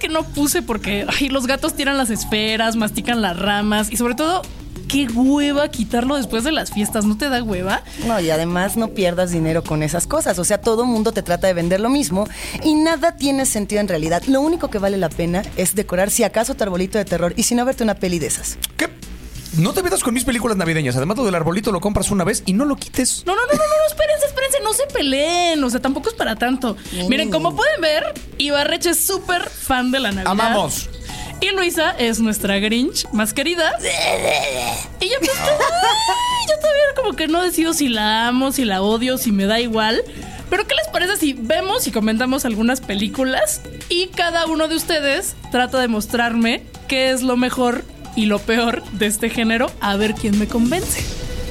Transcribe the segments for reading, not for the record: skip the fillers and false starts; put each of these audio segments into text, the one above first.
que no puse porque los gatos tiran las esferas, mastican las ramas y sobre todo, qué hueva quitarlo después de las fiestas, ¿no te da hueva? No, y además no pierdas dinero con esas cosas. O sea, todo mundo te trata de vender lo mismo y nada tiene sentido en realidad. Lo único que vale la pena es decorar, si acaso, tu arbolito de terror y si no, verte una peli de esas. ¿Qué? No te metas con mis películas navideñas. Además, lo del arbolito lo compras una vez y no lo quites. No, espérense, no se peleen. O sea, tampoco es para tanto. Miren, como pueden ver, Ibarreche es súper fan de la Navidad. ¡Amamos! Y Luisa es nuestra Grinch más querida. Y yo pues, yo todavía como que no decido si la amo, si la odio, si me da igual. Pero ¿qué les parece si vemos y comentamos algunas películas y cada uno de ustedes trata de mostrarme qué es lo mejor y lo peor de este género, a ver quién me convence?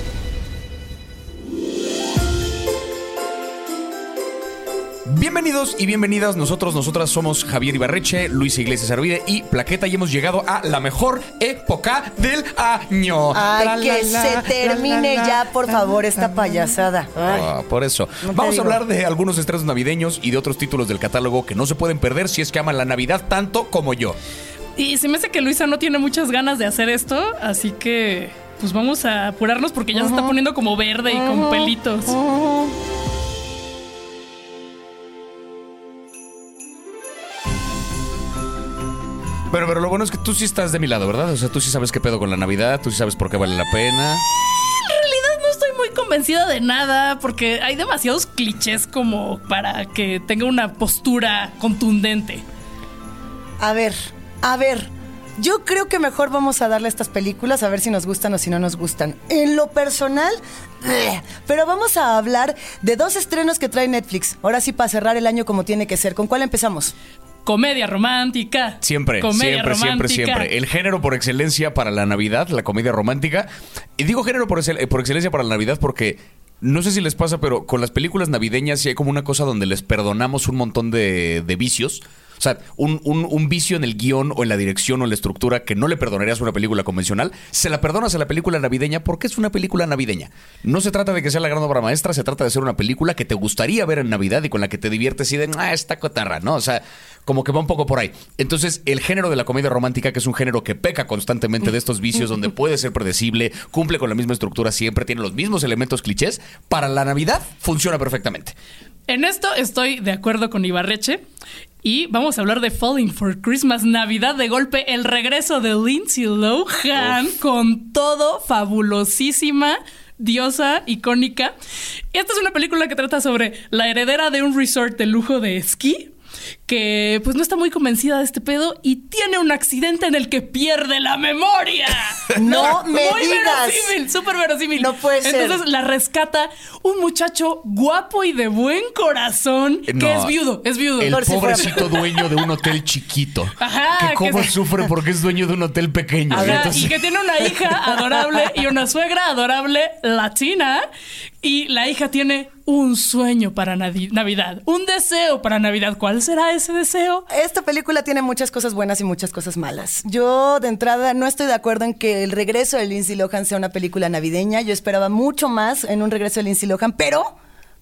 Bienvenidos y bienvenidas. Nosotras somos Javier Ibarreche, Luisa Iglesias Arvide y Plaqueta, y hemos llegado a la mejor época del año. Ay, que se termine ya, por favor, esta payasada. Por eso. Vamos a hablar de algunos estrenos navideños y de otros títulos del catálogo que no se pueden perder si es que aman la Navidad tanto como yo. Y se me hace que Luisa no tiene muchas ganas de hacer esto, así que pues vamos a apurarnos porque ya se está poniendo como verde y con pelitos. Pero lo bueno es que tú sí estás de mi lado, ¿verdad? O sea, tú sí sabes qué pedo con la Navidad, tú sí sabes por qué vale la pena. En realidad no estoy muy convencida de nada, porque hay demasiados clichés como para que tenga una postura contundente. A ver, yo creo que mejor vamos a darle a estas películas a ver si nos gustan o si no nos gustan. En lo personal, pero vamos a hablar de 2 estrenos que trae Netflix. Ahora sí, para cerrar el año como tiene que ser. ¿Con cuál empezamos? Comedia romántica. Siempre. El género por excelencia para la Navidad, la comedia romántica. Y digo género por excelencia para la Navidad porque no sé si les pasa, pero con las películas navideñas sí hay como una cosa donde les perdonamos un montón de vicios. O sea, un vicio en el guión o en la dirección o en la estructura que no le perdonarías a una película convencional, se la perdonas a la película navideña porque es una película navideña. No se trata de que sea la gran obra maestra, se trata de ser una película que te gustaría ver en Navidad y con la que te diviertes y de, esta cotarra, ¿no? O sea, como que va un poco por ahí. Entonces, el género de la comedia romántica, que es un género que peca constantemente de estos vicios, donde puede ser predecible, cumple con la misma estructura siempre, tiene los mismos elementos clichés, para la Navidad funciona perfectamente. En esto estoy de acuerdo con Ibarreche. Y vamos a hablar de Falling for Christmas, Navidad de golpe, el regreso de Lindsay Lohan con todo, fabulosísima, diosa, icónica. Y esta es una película que trata sobre la heredera de un resort de lujo de esquí que pues no está muy convencida de este pedo y tiene un accidente en el que pierde la memoria. No me muy digas. Verosímil, súper verosímil. No puede ser. Entonces la rescata un muchacho guapo y de buen corazón que es viudo. El pobrecito dueño de un hotel chiquito. Ajá, que cómo sufre porque es dueño de un hotel pequeño. Y que tiene una hija adorable y una suegra adorable latina. Y la hija tiene un sueño para Navidad, un deseo para Navidad. ¿Cuál será ese deseo? Esta película tiene muchas cosas buenas y muchas cosas malas. Yo, de entrada, no estoy de acuerdo en que el regreso de Lindsay Lohan sea una película navideña. Yo esperaba mucho más en un regreso de Lindsay Lohan, pero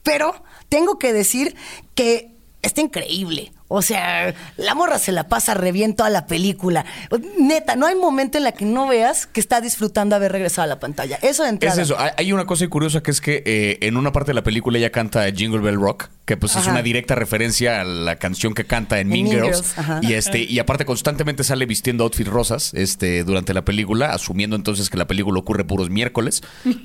tengo que decir que está increíble. O sea, la morra se la pasa re bien toda la película. Neta, no hay momento en la que no veas que está disfrutando haber regresado a la pantalla. Eso de entrada. Es eso. Hay una cosa curiosa que es que en una parte de la película ella canta Jingle Bell Rock, que pues es una directa referencia a la canción que canta en Mean Girls. Y aparte constantemente sale vistiendo outfits rosas durante la película, asumiendo entonces que la película ocurre puros miércoles.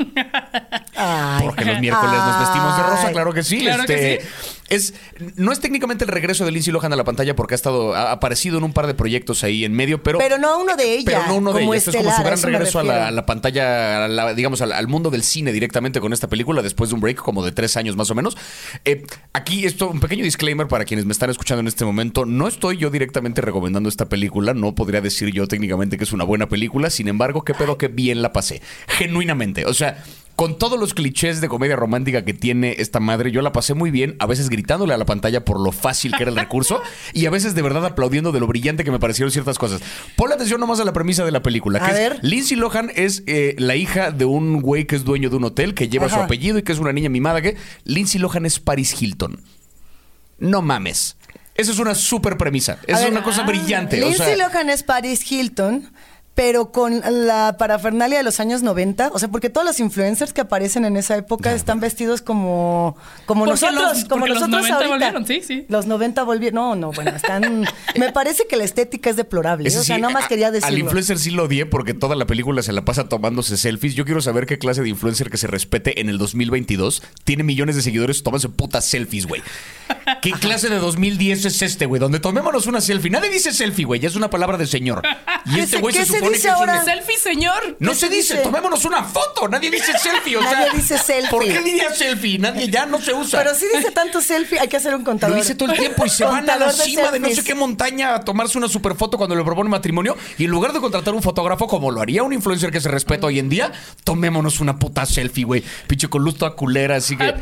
Porque los miércoles nos vestimos de rosa, claro que sí. Claro que sí. No es técnicamente el regreso de Lindsay Lohan a la pantalla porque ha aparecido en un par de proyectos ahí en medio, pero no uno de ella. Pero no uno de ella. Esto es como su gran regreso a la pantalla, digamos, al mundo del cine directamente con esta película después de un break como de 3 años más o menos. Aquí un pequeño disclaimer para quienes me están escuchando en este momento. No estoy yo directamente recomendando esta película. No podría decir yo técnicamente que es una buena película. Sin embargo, qué pedo que bien la pasé. Genuinamente. O sea, con todos los clichés de comedia romántica que tiene esta madre, yo la pasé muy bien, a veces gritándole a la pantalla por lo fácil que era el recurso y a veces de verdad aplaudiendo de lo brillante que me parecieron ciertas cosas. Ponle atención nomás a la premisa de la película, que es Lindsay Lohan es la hija de un güey que es dueño de un hotel, que lleva su apellido y que es una niña mimada. Que Lindsay Lohan es Paris Hilton. No mames. Esa es una súper premisa. Esa es una cosa brillante. Lindsay Lohan es Paris Hilton, pero con la parafernalia de los años 90. O sea, porque todos los influencers que aparecen en esa época están vestidos como nosotros. Como nosotros los 90 ahorita. volvieron, sí. Los 90 volvieron. No, bueno, están... Me parece que la estética es deplorable. Ese o sea, sí, no más quería decirlo. Al influencer sí lo odié porque toda la película se la pasa tomándose selfies. Yo quiero saber qué clase de influencer que se respete en el 2022 tiene millones de seguidores tomándose putas selfies, güey. ¿Qué clase de 2010 es este, güey? Donde tomémonos una selfie. Nadie dice selfie, güey. Ya es una palabra de señor. Y este güey se supone que es un... Selfie, señor. No se dice, tomémonos una foto. Nadie dice selfie. O sea, nadie dice selfie. ¿Por qué diría selfie? Nadie ya no se usa. Pero sí dice tanto selfie, hay que hacer un contador. Lo dice todo el tiempo y se van a la cima de no sé qué montaña a tomarse una super foto cuando le propone matrimonio. Y en lugar de contratar un fotógrafo como lo haría un influencer que se respeta hoy en día, tomémonos una puta selfie, güey. Pinche con luz toda culera, así que...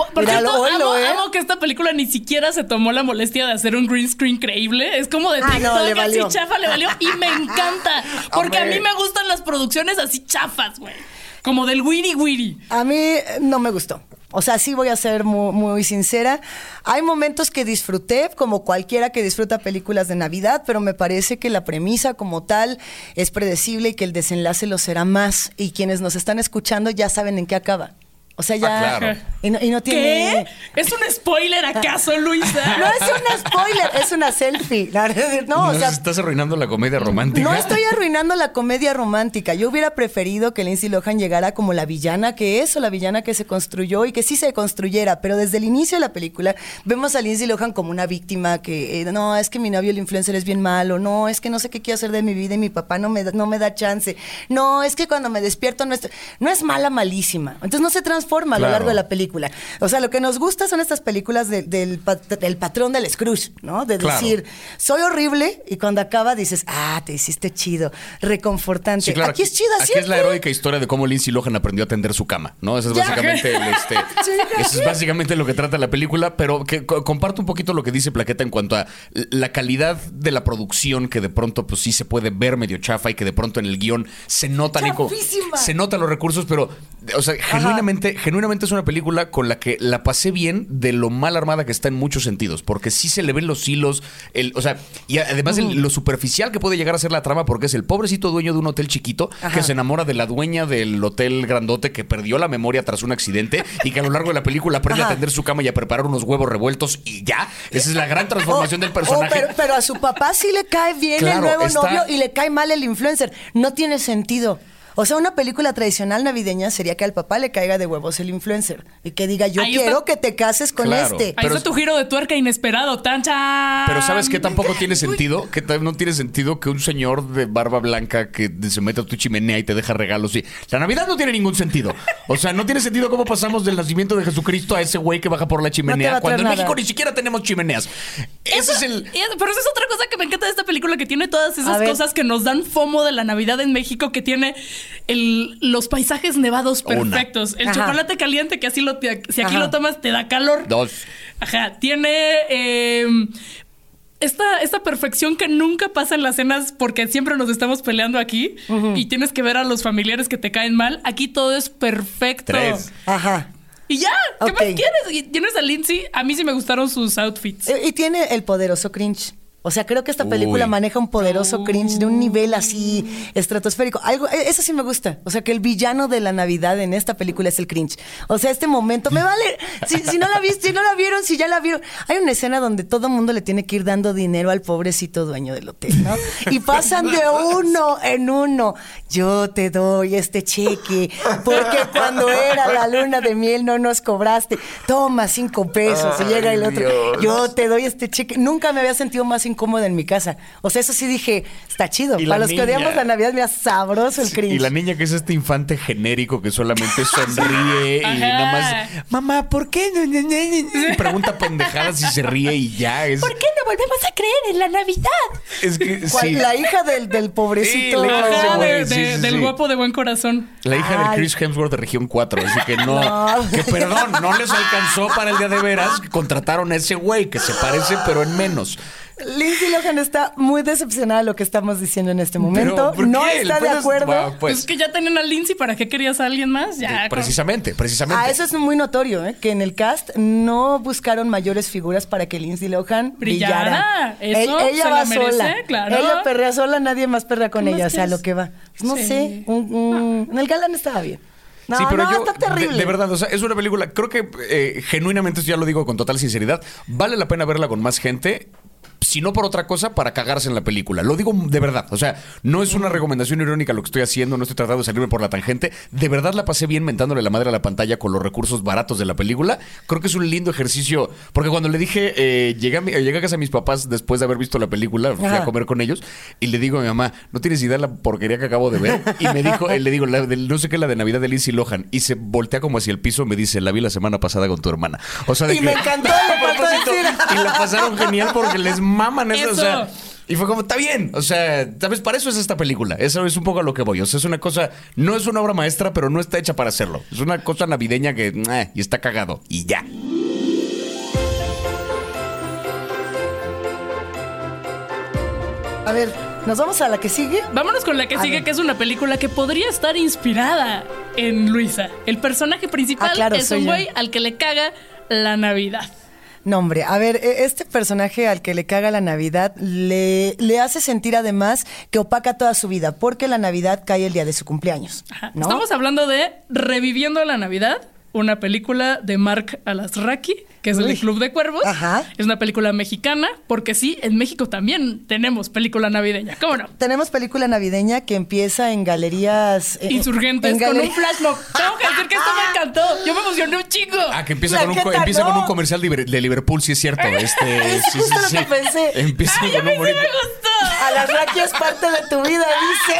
Amo que esta película ni siquiera se tomó la molestia de hacer un green screen creíble. Es como de TikTok, así chafa, le valió. Y me encanta. Porque a mí me gustan las producciones así chafas, güey. Como del wiri wiri. A mí no me gustó. O sea, sí voy a ser muy, muy sincera. Hay momentos que disfruté, como cualquiera que disfruta películas de Navidad, pero me parece que la premisa como tal es predecible y que el desenlace lo será más. Y quienes nos están escuchando ya saben en qué acaba. O sea, ya... claro. Y no tiene... ¿Qué? ¿Es un spoiler acaso, Luisa? No es un spoiler, es una selfie. No, o sea... Estás arruinando la comedia romántica. No estoy arruinando la comedia romántica. Yo hubiera preferido que Lindsay Lohan llegara como la villana que es, o la villana que se construyó y que sí se construyera. Pero desde el inicio de la película vemos a Lindsay Lohan como una víctima que... no, es que mi novio, el influencer, es bien malo. No, es que no sé qué quiero hacer de mi vida y mi papá no me da chance. No, es que cuando me despierto no es mala, malísima. Entonces no se transforma a lo largo de la película. O sea, lo que nos gusta son estas películas del patrón del Scrooge, ¿no? De decir, soy horrible, y cuando acaba dices, te hiciste chido, reconfortante. Sí, claro, aquí es chido así. Aquí es la heroica historia de cómo Lindsay Lohan aprendió a tender su cama, ¿no? Eso es básicamente eso es básicamente lo que trata la película, pero que comparto un poquito lo que dice Plaqueta en cuanto a la calidad de la producción, que de pronto pues sí se puede ver medio chafa y que de pronto en el guión se notan se notan los recursos, pero o sea, genuinamente es una película con la que la pasé bien de lo mal armada que está en muchos sentidos, porque sí se le ven los hilos, o sea, y además lo superficial que puede llegar a ser la trama, porque es el pobrecito dueño de un hotel chiquito que se enamora de la dueña del hotel grandote que perdió la memoria tras un accidente y que a lo largo de la película aprende a tender su cama y a preparar unos huevos revueltos y ya. Esa es la gran transformación del personaje. Pero a su papá sí le cae bien el nuevo novio y le cae mal el influencer. No tiene sentido. O sea, una película tradicional navideña sería que al papá le caiga de huevos el influencer y que diga, yo quiero que te cases con este. Ahí está tu giro de tuerca inesperado, tan chan. Pero ¿sabes qué tampoco tiene sentido? Que no tiene sentido que un señor de barba blanca que se mete a tu chimenea y te deja regalos. Y la Navidad no tiene ningún sentido. O sea, no tiene sentido cómo pasamos del nacimiento de Jesucristo a ese güey que baja por la chimenea cuando en México ni siquiera tenemos chimeneas. Pero esa es otra cosa que me encanta de esta película, que tiene todas esas cosas que nos dan FOMO de la Navidad en México, que tiene los paisajes nevados perfectos. El chocolate caliente, que así si aquí lo tomas te da calor. 2. Tiene esta perfección que nunca pasa en las cenas, porque siempre nos estamos peleando aquí y tienes que ver a los familiares que te caen mal. Aquí todo es perfecto. 3. Y ya, ¿qué más quieres? Y tienes a Lindsay. A mí sí me gustaron sus outfits. Y tiene el poderoso cringe. O sea, creo que esta película maneja un poderoso cringe de un nivel así estratosférico. Eso sí me gusta. O sea, que el villano de la Navidad en esta película es el cringe. O sea, este momento me vale. Si no la viste, si no la vieron, si ya la vieron. Hay una escena donde todo el mundo le tiene que ir dando dinero al pobrecito dueño del hotel, ¿no? Y pasan de uno en uno. Yo te doy este cheque porque cuando era la luna de miel no nos cobraste. Toma 5 pesos. Y llega el otro. Dios. Yo te doy este cheque. Nunca me había sentido más incómoda en mi casa. O sea, eso sí dije, está chido. Para los que odiamos la Navidad, mira, sabroso el cringe. Y la niña que es este infante genérico que solamente sonríe y nada más, mamá, ¿por qué? Y pregunta pendejadas y se ríe y ya. ¿Por qué no volvemos a creer en la Navidad? Es que la hija del pobrecito. Del guapo de buen corazón. La hija de Chris Hemsworth de Región 4. Así que perdón, no les alcanzó para el día de veras. Que contrataron a ese güey que se parece, pero en menos. Lindsay Lohan está muy decepcionada de lo que estamos diciendo en este momento. No está de acuerdo. Bueno, pues es que ya tenían a Lindsay, ¿para qué querías a alguien más? Ya, precisamente. Eso es muy notorio, que en el cast no buscaron mayores figuras para que Lindsay Lohan brillara. Eso ella va merece, sola. Claro. Ella perrea sola, nadie más perrea con ella. O sea, lo que va. No sé. En el galán estaba bien. No, sí, pero está terrible. De verdad, o sea, es una película, creo que genuinamente, esto ya lo digo con total sinceridad, vale la pena verla con más gente. Si no por otra cosa, para cagarse en la película. Lo digo de verdad. O sea, no es una recomendación irónica lo que estoy haciendo. No estoy tratando de salirme por la tangente. De verdad la pasé bien mentándole la madre a la pantalla con los recursos baratos de la película. Creo que es un lindo ejercicio. Porque cuando le dije, llegué a casa de mis papás después de haber visto la película, fui a comer con ellos. Y le digo a mi mamá, no tienes idea de la porquería que acabo de ver. Y me dijo, le digo, no sé qué, la de Navidad de Lindsay Lohan. Y se voltea como hacia el piso y me dice, la vi la semana pasada con tu hermana. O sea, me encantó. Y la pasaron genial porque les maman eso. O sea, y fue como, está bien. O sea, ¿sabes? Para eso es esta película. Eso es un poco a lo que voy. O sea, es una cosa, no es una obra maestra, pero no está hecha para hacerlo. Es una cosa navideña que, y está cagado. Y ya. A ver, ¿nos vamos a la que sigue? Vámonos con la que sigue, que es una película que podría estar inspirada en Luisa. El personaje principal es un güey al que le caga la Navidad. No, hombre, a ver, este personaje al que le caga la Navidad le hace sentir además que opaca toda su vida, porque la Navidad cae el día de su cumpleaños, ¿no? Estamos hablando de Reviviendo la Navidad, una película de Mark Alasraqui, que es el Club de Cuervos. Ajá. Es una película mexicana, porque sí, en México también tenemos película navideña. ¿Cómo no? Tenemos película navideña que empieza en galerías... Insurgentes, con un flash mob. Tengo que decir que esto me encantó. Yo me emocioné un chingo. Que empieza con un comercial de Liverpool, sí es cierto. Es justo lo que pensé. Empieza con un bonito... me gustó. Alasraqui es parte de tu vida, dice.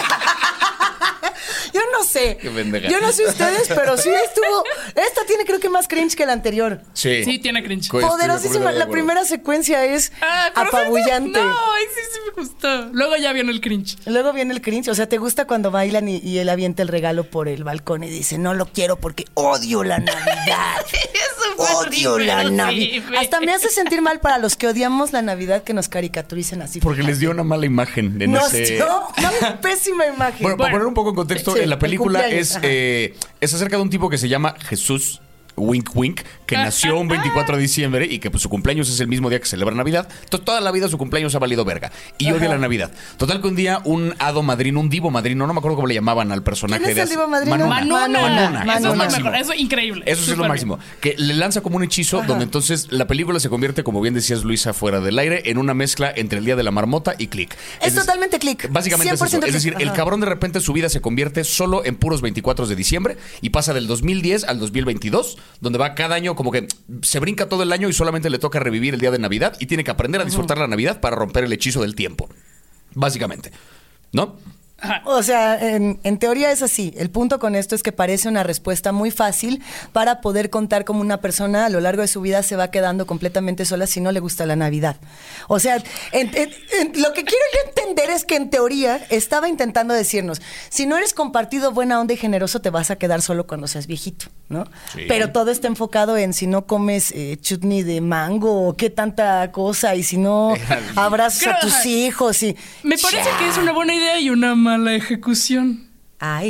Yo no sé. Yo no sé ustedes, pero sí estuvo... Esta tiene creo que más cringe que la anterior. Sí, tiene cringe. Poderosísima. La primera secuencia es apabullante. Sí me gustó. Luego ya viene el cringe. O sea, ¿te gusta cuando bailan y él avienta el regalo por el balcón y dice, no lo quiero porque odio la Navidad? Odio la Navidad. Sí, hasta me hace sentir mal para los que odiamos la Navidad que nos caricaturicen así. Porque les dio una mala imagen. Una pésima imagen. Bueno, para poner un poco en contexto, en la película es acerca de un tipo que se llama Jesús Wink Wink, que nació un 24 de diciembre y que pues, su cumpleaños es el mismo día que celebra Navidad. Entonces, toda la vida su cumpleaños ha valido verga y odia la Navidad. Total que un día un hado madrino, un divo madrino, no me acuerdo cómo le llamaban al personaje. ¿Quién es el divo madrino? Manuna. Eso es lo mejor, eso es increíble. Eso es lo máximo. Que le lanza como un hechizo donde entonces la película se convierte, como bien decías Luisa, fuera del aire, en una mezcla entre el Día de la Marmota y Click. Es totalmente Click. Básicamente es eso. Es decir, el cabrón de repente su vida se convierte solo en puros 24 de diciembre y pasa del 2010 al 2022, donde va cada año como que se brinca todo el año y solamente le toca revivir el día de Navidad y tiene que aprender a disfrutar la Navidad para romper el hechizo del tiempo. Básicamente. ¿No? O sea, en teoría es así. El punto con esto es que parece una respuesta muy fácil para poder contar cómo una persona a lo largo de su vida se va quedando completamente sola si no le gusta la Navidad. O sea, lo que quiero yo entender es que en teoría estaba intentando decirnos, si no eres compartido, buena onda y generoso, te vas a quedar solo cuando seas viejito, ¿no? Sí. Pero todo está enfocado en si no comes chutney de mango, qué tanta cosa, y si no abrazas a tus hijos. Me parece que es una buena idea y una mala ejecución. A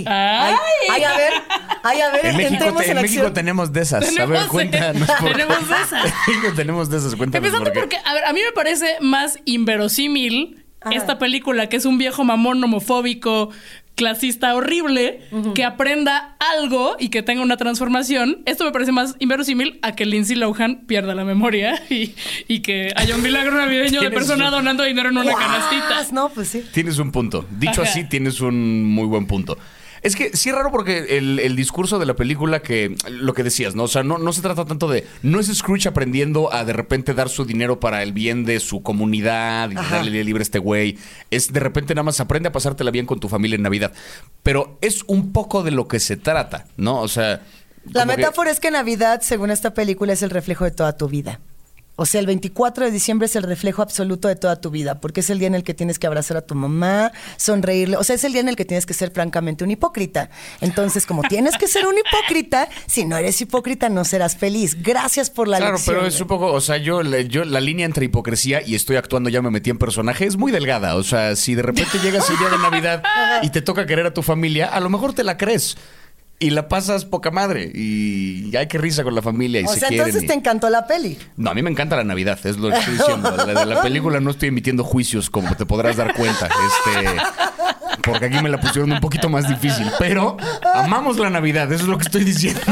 ver, en México tenemos de esas. A ver, cuéntanos. Tenemos de esas. En México tenemos de esas. Cuéntanos. Empezando porque, a ver, a mí me parece más inverosímil esta película, que es un viejo mamón homofóbico, clasista horrible, que aprenda algo y que tenga una transformación. Esto me parece más inverosímil a que Lindsay Lohan pierda la memoria y que haya un milagro navideño de persona donando dinero en una canastita. No, pues sí. Tienes un punto. Dicho así, tienes un muy buen punto. Es que sí es raro porque el discurso de la película, que lo que decías, ¿no? O sea, no se trata tanto de... No es Scrooge aprendiendo a de repente dar su dinero para el bien de su comunidad y darle libre a este güey. Es de repente nada más aprende a pasártela bien con tu familia en Navidad. Pero es un poco de lo que se trata, ¿no? O sea... La metáfora es que Navidad, según esta película, es el reflejo de toda tu vida. O sea, el 24 de diciembre es el reflejo absoluto de toda tu vida, porque es el día en el que tienes que abrazar a tu mamá, sonreírle. O sea, es el día en el que tienes que ser francamente un hipócrita. Entonces, como tienes que ser un hipócrita, si no eres hipócrita no serás feliz. Gracias por la lección. Claro, pero es un poco, o sea, yo la línea entre hipocresía y estoy actuando, ya me metí en personaje, es muy delgada. O sea, si de repente llegas el día de Navidad y te toca querer a tu familia, a lo mejor te la crees. Y la pasas poca madre. Y hay que risa con la familia y se quieren. Entonces te encantó la peli. No, a mí me encanta la Navidad, es lo que estoy diciendo. De la película no estoy emitiendo juicios, como te podrás dar cuenta. Porque aquí me la pusieron un poquito más difícil. Pero amamos la Navidad, eso es lo que estoy diciendo.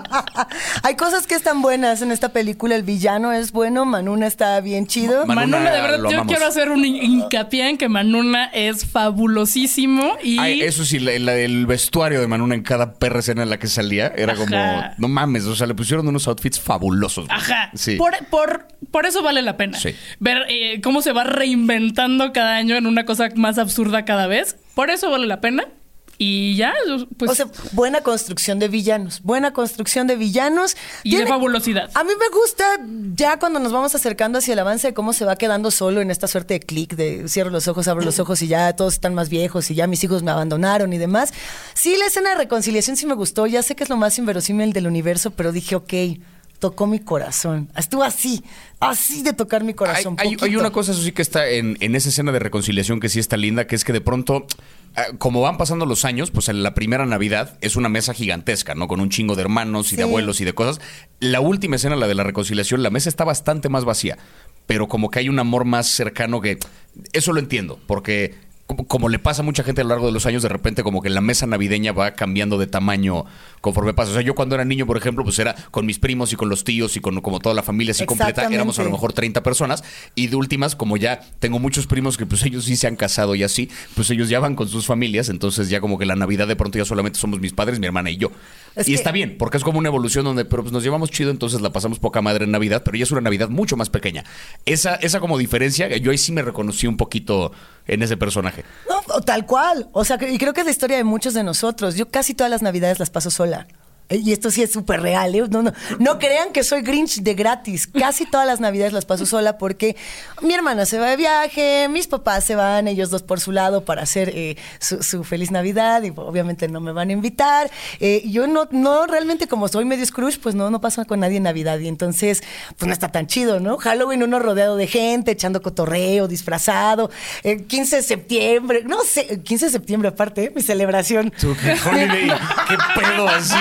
Hay cosas que están buenas en esta película. El villano es bueno, Manuna está bien chido. Manuna, de verdad, yo quiero hacer un hincapié en que Manuna es fabulosísimo. Y ay, eso sí, el vestuario de Manuna en cada perra escena en la que salía era como, no mames, o sea, le pusieron unos outfits fabulosos. Ajá. Sí. Por eso vale la pena. Sí. Ver cómo se va reinventando cada año en una cosa más absurda cada vez. Por eso vale la pena. Y ya, pues... O sea, buena construcción de villanos. Buena construcción de villanos. Y de fabulosidad. A mí me gusta ya cuando nos vamos acercando hacia el avance de cómo se va quedando solo en esta suerte de clic de cierro los ojos, abro los ojos y ya todos están más viejos y ya mis hijos me abandonaron y demás. Sí, la escena de reconciliación sí me gustó. Ya sé que es lo más inverosímil del universo, pero dije, ok, tocó mi corazón. Estuvo así de tocar mi corazón. Hay una cosa, eso sí, que está en esa escena de reconciliación que sí está linda, que es que de pronto, como van pasando los años, pues en la primera Navidad es una mesa gigantesca, ¿no? Con un chingo de hermanos y de abuelos y de cosas. La última escena, la de la reconciliación, la mesa está bastante más vacía, pero como que hay un amor más cercano que... Eso lo entiendo, porque... Como le pasa a mucha gente a lo largo de los años, de repente como que la mesa navideña va cambiando de tamaño conforme pasa. O sea, yo cuando era niño, por ejemplo, pues era con mis primos y con los tíos y con como toda la familia así completa. Éramos a lo mejor 30 personas. Y de últimas, como ya tengo muchos primos que pues ellos sí se han casado y así, pues ellos ya van con sus familias. Entonces ya como que la Navidad de pronto ya solamente somos mis padres, mi hermana y yo. Y está bien, porque es como una evolución donde pero pues nos llevamos chido, entonces la pasamos poca madre en Navidad, pero ya es una Navidad mucho más pequeña. Esa como diferencia, yo ahí sí me reconocí un poquito en ese personaje. No, tal cual. O sea, y creo que es la historia de muchos de nosotros. Yo casi todas las Navidades las paso sola. Y esto sí es súper real, ¿eh? No crean que soy Grinch de gratis. Casi todas las Navidades las paso sola porque mi hermana se va de viaje, mis papás se van, ellos dos por su lado para hacer su feliz Navidad y obviamente no me van a invitar. Yo no realmente, como soy medio Scrooge, pues no paso con nadie en Navidad y entonces pues no está tan chido, ¿no? Halloween uno rodeado de gente, echando cotorreo, disfrazado. 15 de septiembre, no sé, 15 de septiembre aparte, mi celebración. ¿Qué holiday? ¿Qué pedo así?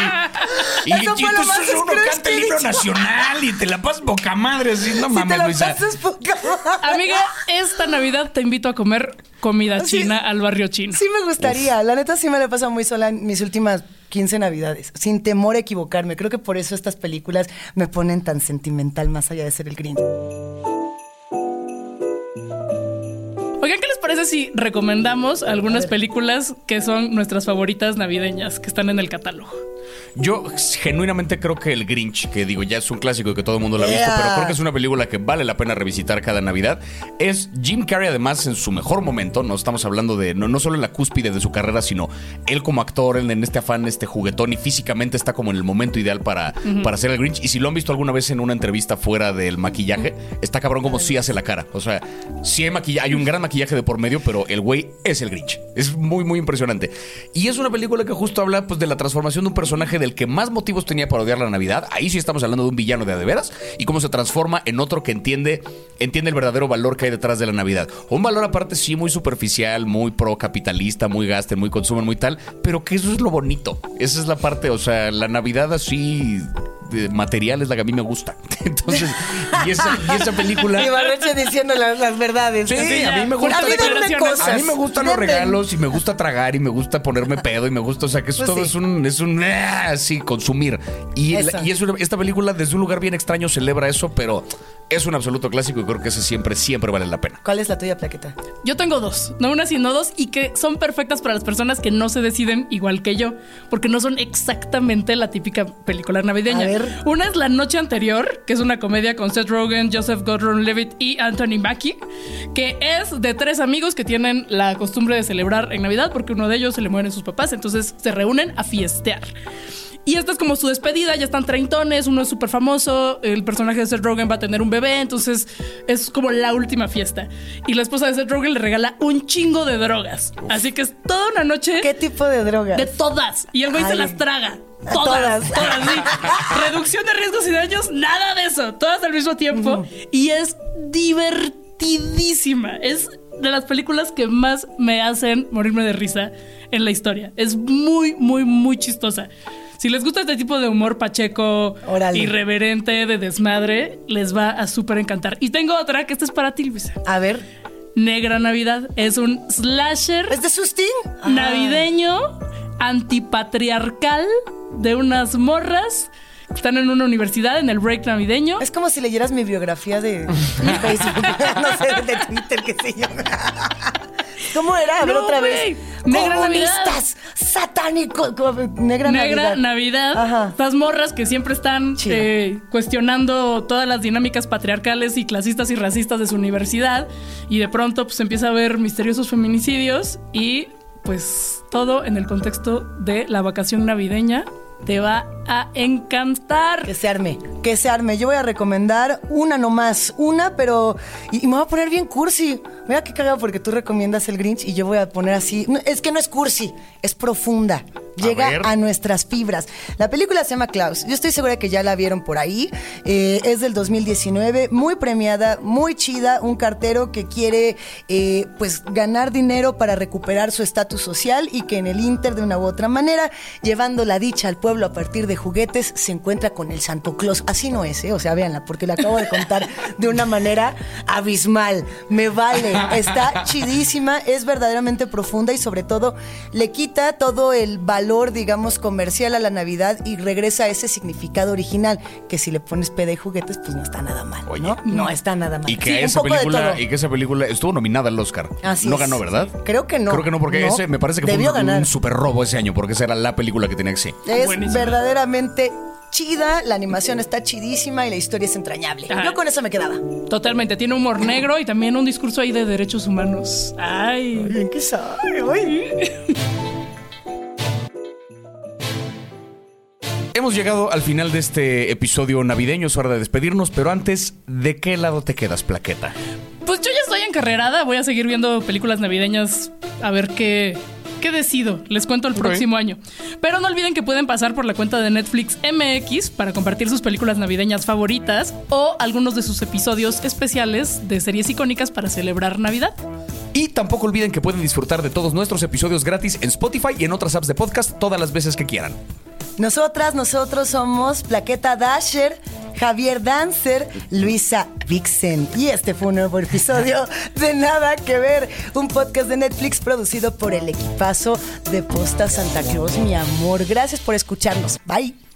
Y entonces uno canta el himno nacional y te la pasas poca madre, así, no mames, Luisa. Amiga, esta Navidad te invito a comer comida china al barrio chino. Sí me gustaría, la neta sí me la he pasado muy sola en mis últimas 15 Navidades, sin temor a equivocarme. Creo que por eso estas películas me ponen tan sentimental más allá de ser el Grinch. Oigan, ¿qué les parece si recomendamos algunas películas que son nuestras favoritas navideñas, que están en el catálogo? Yo genuinamente creo que el Grinch, que digo, ya es un clásico y que todo el mundo lo ha visto, pero creo que es una película que vale la pena revisitar cada Navidad. Es Jim Carrey, además, en su mejor momento. No estamos hablando de, no solo en la cúspide de su carrera, sino él como actor, en este afán, juguetón, y físicamente está como en el momento ideal para hacer el Grinch. Y si lo han visto alguna vez en una entrevista fuera del maquillaje, está cabrón como sí hace la cara. O sea, sí hay un gran maquillaje de por medio, pero el güey es el Grinch. Es muy, muy impresionante. Y es una película que justo habla pues de la transformación de un personaje del que más motivos tenía para odiar la Navidad. Ahí sí estamos hablando de un villano de a de veras, y cómo se transforma en otro que entiende el verdadero valor que hay detrás de la Navidad. Un valor aparte sí muy superficial, muy procapitalista, muy gasten, muy consumen, muy tal, pero que eso es lo bonito. Esa es la parte, o sea, la Navidad así de material es la que a mí me gusta. Entonces, y esa película... Y Barreche diciendo las verdades. Sí, así, a mí me gusta. A mí me gustan los regalos y me gusta tragar y me gusta ponerme pedo y me gusta, o sea, que eso pues todo sí. es un así, consumir. Y esta película desde un lugar bien extraño celebra eso, pero es un absoluto clásico y creo que ese siempre vale la pena. ¿Cuál es la tuya, Plaqueta? Yo tengo dos, no una sino dos, y que son perfectas para las personas que no se deciden igual que yo, porque no son exactamente la típica película navideña. Una es La Noche Anterior, que es una comedia con Seth Rogen, Joseph Gordon-Levitt y Anthony Mackie, que es de tres amigos que tienen la costumbre de celebrar en Navidad porque uno de ellos se le mueren sus papás, entonces se reúnen a fiestear. Y esta es como su despedida, ya están treintones, uno es súper famoso, el personaje de Seth Rogen va a tener un bebé, entonces es como la última fiesta. Y la esposa de Seth Rogen le regala un chingo de drogas. Así que es toda una noche... ¿Qué tipo de drogas? De todas. Y el güey se las traga. Todas, sí. Reducción de riesgos y daños, nada de eso. Todas al mismo tiempo. Y es divertidísima. Es de las películas que más me hacen morirme de risa en la historia. Es muy, muy, muy chistosa. Si les gusta este tipo de humor pacheco, irreverente, de desmadre, les va a súper encantar. Y tengo otra que esta es para ti, Luisa. A ver. Negra Navidad. Es un slasher. ¿Es de Sustin? Navideño, antipatriarcal, de unas morras que están en una universidad en el break navideño. Es como si leyeras mi biografía de Facebook. No sé, de Twitter, qué sé yo. ¿Cómo era? A ver, otra vez. Negra Comunistas, satánicos. Negra Navidad. Ajá. Estas morras que siempre están cuestionando todas las dinámicas patriarcales y clasistas y racistas de su universidad. Y de pronto pues empieza a haber misteriosos feminicidios y pues todo en el contexto de la vacación navideña. Te va a encantar. Que se arme. Yo voy a recomendar una nomás. Una, pero... Y me voy a poner bien cursi. Mira qué cagado porque tú recomiendas el Grinch y yo voy a poner así... No, es que no es cursi, es profunda. Llega a nuestras fibras. La película se llama Klaus. Yo estoy segura que ya la vieron por ahí. Es del 2019. Muy premiada, muy chida. Un cartero que quiere pues ganar dinero para recuperar su estatus social y que en el inter de una u otra manera, llevando la dicha al pueblo a partir de juguetes, se encuentra con el Santo Claus. Así no es, o sea, véanla, porque la acabo de contar de una manera abismal. Me vale. Está chidísima, es verdaderamente profunda y sobre todo le quita todo el valor, digamos, comercial a la Navidad y regresa a ese significado original, que si le pones peda y juguetes, pues no está nada mal. Oye, no está nada mal. Y que, esa película estuvo nominada al Oscar. Así no es. Ganó, ¿verdad? Creo que no. Creo que no, porque ese me parece que fue un super robo ese año, porque esa era la película que tenía que ser. Es buenísima. Verdaderamente chida, la animación está chidísima y la historia es entrañable. Yo con eso me quedaba. Totalmente, tiene humor negro y también un discurso ahí de derechos humanos. Ay, bien que sabe, hoy. Hemos llegado al final de este episodio navideño, es hora de despedirnos, pero antes, ¿de qué lado te quedas, Plaqueta? Pues yo ya estoy encarrerada, voy a seguir viendo películas navideñas a ver qué decido. Les cuento el próximo año. Pero no olviden que pueden pasar por la cuenta de Netflix MX para compartir sus películas navideñas favoritas o algunos de sus episodios especiales de series icónicas para celebrar Navidad. Y tampoco olviden que pueden disfrutar de todos nuestros episodios gratis en Spotify y en otras apps de podcast todas las veces que quieran. Nosotros somos Plaqueta Dasher, Javier Dancer, Luisa Vixen. Y este fue un nuevo episodio de Nada que Ver, un podcast de Netflix producido por el equipazo de Posta Santa Claus, mi amor. Gracias por escucharnos. Bye.